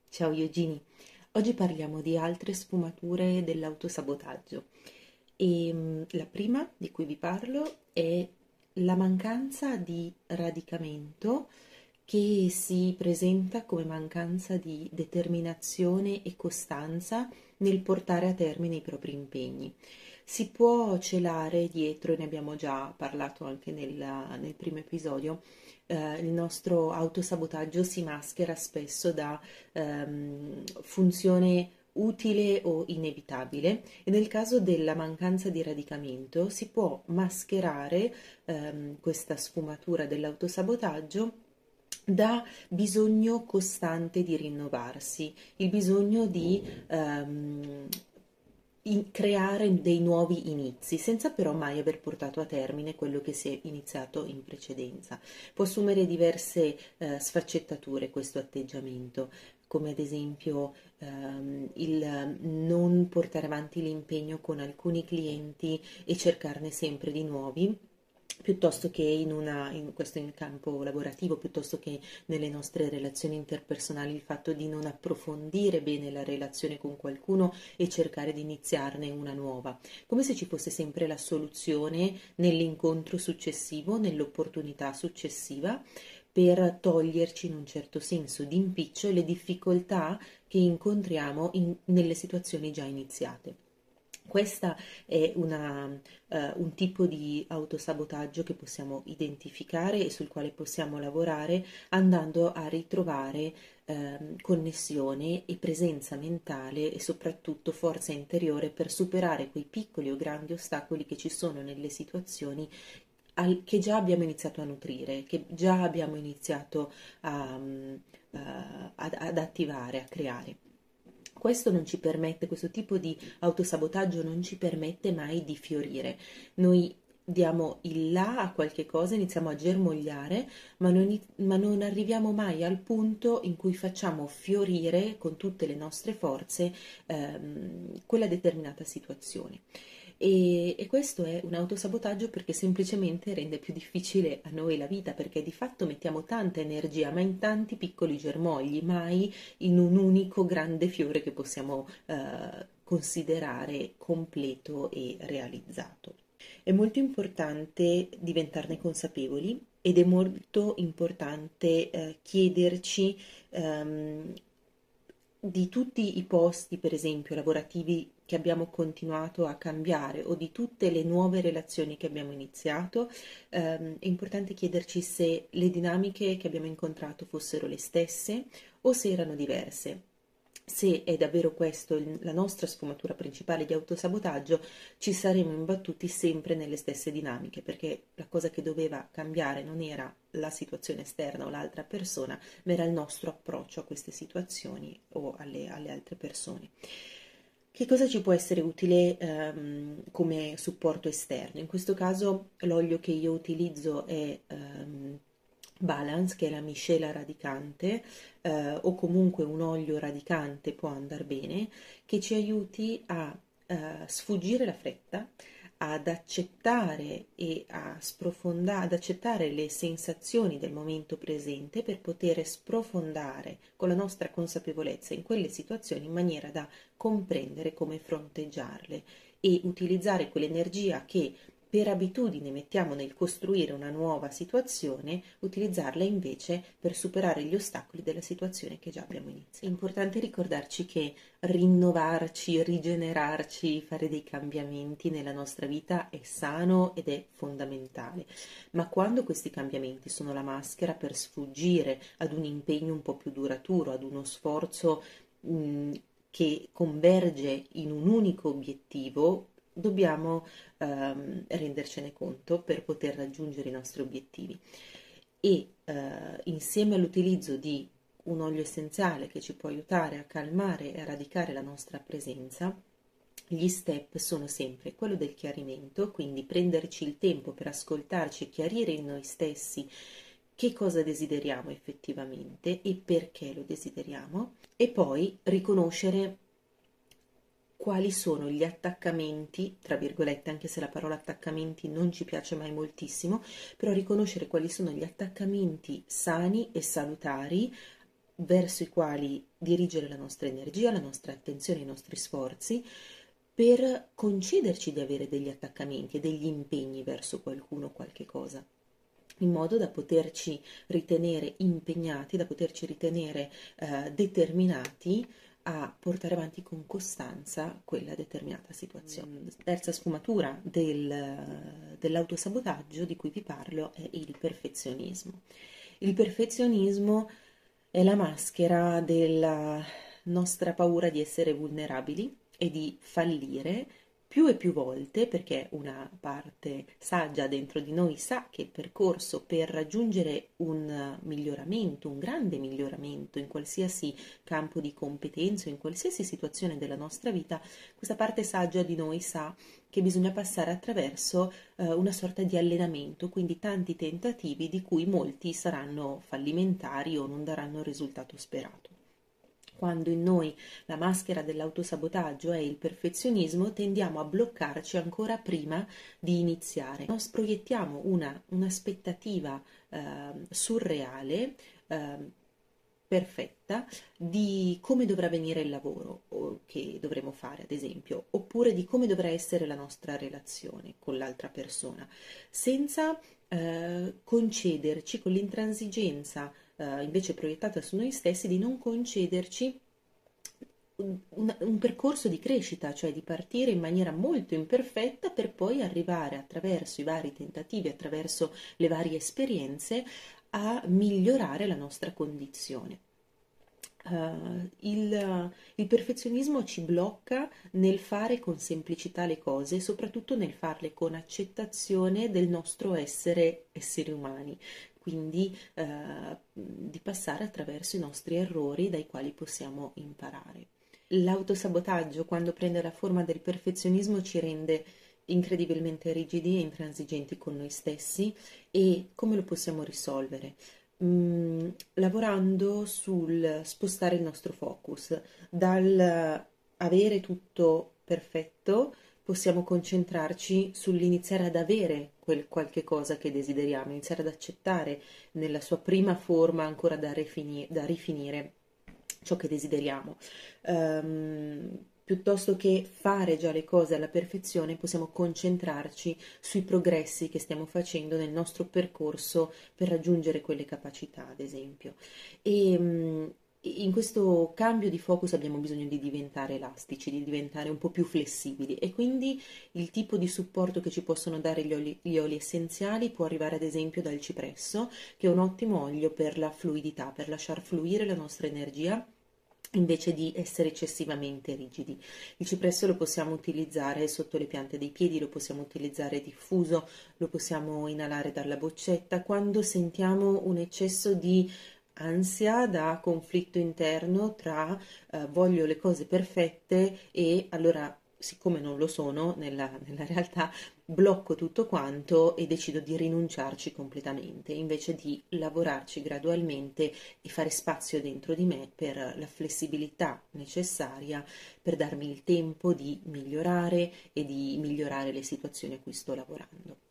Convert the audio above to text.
Ciao Eugenie, oggi parliamo di altre sfumature dell'autosabotaggio e la prima di cui vi parlo è la mancanza di radicamento che si presenta come mancanza di determinazione e costanza nel portare a termine i propri impegni. Si può celare dietro, e ne abbiamo già parlato anche nel primo episodio, il nostro autosabotaggio si maschera spesso da funzione utile o inevitabile e nel caso della mancanza di radicamento si può mascherare questa sfumatura dell'autosabotaggio da bisogno costante di rinnovarsi, il bisogno di creare dei nuovi inizi, senza però mai aver portato a termine quello che si è iniziato in precedenza. Può assumere diverse sfaccettature questo atteggiamento, come ad esempio il non portare avanti l'impegno con alcuni clienti e cercarne sempre di nuovi, piuttosto che questo in campo lavorativo, piuttosto che nelle nostre relazioni interpersonali, il fatto di non approfondire bene la relazione con qualcuno e cercare di iniziarne una nuova, come se ci fosse sempre la soluzione nell'incontro successivo, nell'opportunità successiva, per toglierci in un certo senso di impiccio le difficoltà che incontriamo nelle situazioni già iniziate. Questa è un tipo di autosabotaggio che possiamo identificare e sul quale possiamo lavorare andando a ritrovare connessione e presenza mentale e soprattutto forza interiore per superare quei piccoli o grandi ostacoli che ci sono nelle situazioni che già abbiamo iniziato a nutrire, che già abbiamo iniziato ad attivare, a creare. Questo non ci permette, questo tipo di autosabotaggio non ci permette mai di fiorire. Noi diamo il là a qualche cosa, iniziamo a germogliare, ma non arriviamo mai al punto in cui facciamo fiorire con tutte le nostre forze quella determinata situazione. E questo è un autosabotaggio perché semplicemente rende più difficile a noi la vita, perché di fatto mettiamo tanta energia, ma in tanti piccoli germogli, mai in un unico grande fiore che possiamo considerare completo e realizzato. È molto importante diventarne consapevoli ed è molto importante chiederci ehm, di tutti i posti, per esempio, lavorativi che abbiamo continuato a cambiare o di tutte le nuove relazioni che abbiamo iniziato, è importante chiederci se le dinamiche che abbiamo incontrato fossero le stesse o se erano diverse. Se è davvero questo la nostra sfumatura principale di autosabotaggio, ci saremo imbattuti sempre nelle stesse dinamiche, perché la cosa che doveva cambiare non era la situazione esterna o l'altra persona, ma era il nostro approccio a queste situazioni o alle altre persone. Che cosa ci può essere utile come supporto esterno? In questo caso l'olio che io utilizzo è Balance, che è la miscela radicante, o comunque un olio radicante può andare bene, che ci aiuti a sfuggire la fretta, ad accettare e a sprofondare, ad accettare le sensazioni del momento presente per poter sprofondare con la nostra consapevolezza in quelle situazioni in maniera da comprendere come fronteggiarle e utilizzare quell'energia che per abitudine mettiamo nel costruire una nuova situazione, utilizzarla invece per superare gli ostacoli della situazione che già abbiamo iniziato. È importante ricordarci che rinnovarci, rigenerarci, fare dei cambiamenti nella nostra vita è sano ed è fondamentale, ma quando questi cambiamenti sono la maschera per sfuggire ad un impegno un po' più duraturo, ad uno sforzo che converge in un unico obiettivo, dobbiamo rendercene conto per poter raggiungere i nostri obiettivi. E insieme all'utilizzo di un olio essenziale che ci può aiutare a calmare e a radicare la nostra presenza, gli step sono sempre quello del chiarimento, quindi prenderci il tempo per ascoltarci e chiarire in noi stessi che cosa desideriamo effettivamente e perché lo desideriamo, e poi riconoscere quali sono gli attaccamenti, tra virgolette, anche se la parola attaccamenti non ci piace mai moltissimo, però riconoscere quali sono gli attaccamenti sani e salutari verso i quali dirigere la nostra energia, la nostra attenzione, i nostri sforzi, per concederci di avere degli attaccamenti e degli impegni verso qualcuno o qualche cosa, in modo da poterci ritenere impegnati, da poterci ritenere determinati a portare avanti con costanza quella determinata situazione. Terza sfumatura dell'autosabotaggio di cui vi parlo è il perfezionismo. Il perfezionismo è la maschera della nostra paura di essere vulnerabili e di fallire più e più volte, perché una parte saggia dentro di noi sa che il percorso per raggiungere un miglioramento, un grande miglioramento in qualsiasi campo di competenza, in qualsiasi situazione della nostra vita, questa parte saggia di noi sa che bisogna passare attraverso una sorta di allenamento, quindi tanti tentativi di cui molti saranno fallimentari o non daranno il risultato sperato. Quando in noi la maschera dell'autosabotaggio è il perfezionismo, tendiamo a bloccarci ancora prima di iniziare. Nos proiettiamo un'aspettativa surreale, perfetta, di come dovrà venire il lavoro che dovremo fare, ad esempio, oppure di come dovrà essere la nostra relazione con l'altra persona, senza concederci, con l'intransigenza invece proiettata su noi stessi, di non concederci un percorso di crescita, cioè di partire in maniera molto imperfetta per poi arrivare attraverso i vari tentativi, attraverso le varie esperienze, a migliorare la nostra condizione. Il perfezionismo ci blocca nel fare con semplicità le cose e soprattutto nel farle con accettazione del nostro essere esseri umani, quindi di passare attraverso i nostri errori dai quali possiamo imparare. L'autosabotaggio, quando prende la forma del perfezionismo, ci rende incredibilmente rigidi e intransigenti con noi stessi. E come lo possiamo risolvere? Lavorando sul spostare il nostro focus dal avere tutto perfetto, possiamo concentrarci sull'iniziare ad avere quel qualche cosa che desideriamo, iniziare ad accettare nella sua prima forma ancora da rifinire ciò che desideriamo. Piuttosto che fare già le cose alla perfezione, possiamo concentrarci sui progressi che stiamo facendo nel nostro percorso per raggiungere quelle capacità, ad esempio. In questo cambio di focus abbiamo bisogno di diventare elastici, di diventare un po' più flessibili, e quindi il tipo di supporto che ci possono dare gli oli essenziali può arrivare ad esempio dal cipresso, che è un ottimo olio per la fluidità, per lasciar fluire la nostra energia invece di essere eccessivamente rigidi. Il cipresso lo possiamo utilizzare sotto le piante dei piedi, lo possiamo utilizzare diffuso, lo possiamo inalare dalla boccetta quando sentiamo un eccesso di ansia da conflitto interno tra voglio le cose perfette e allora, siccome non lo sono nella realtà, blocco tutto quanto e decido di rinunciarci completamente, invece di lavorarci gradualmente e fare spazio dentro di me per la flessibilità necessaria per darmi il tempo di migliorare e di migliorare le situazioni a cui sto lavorando.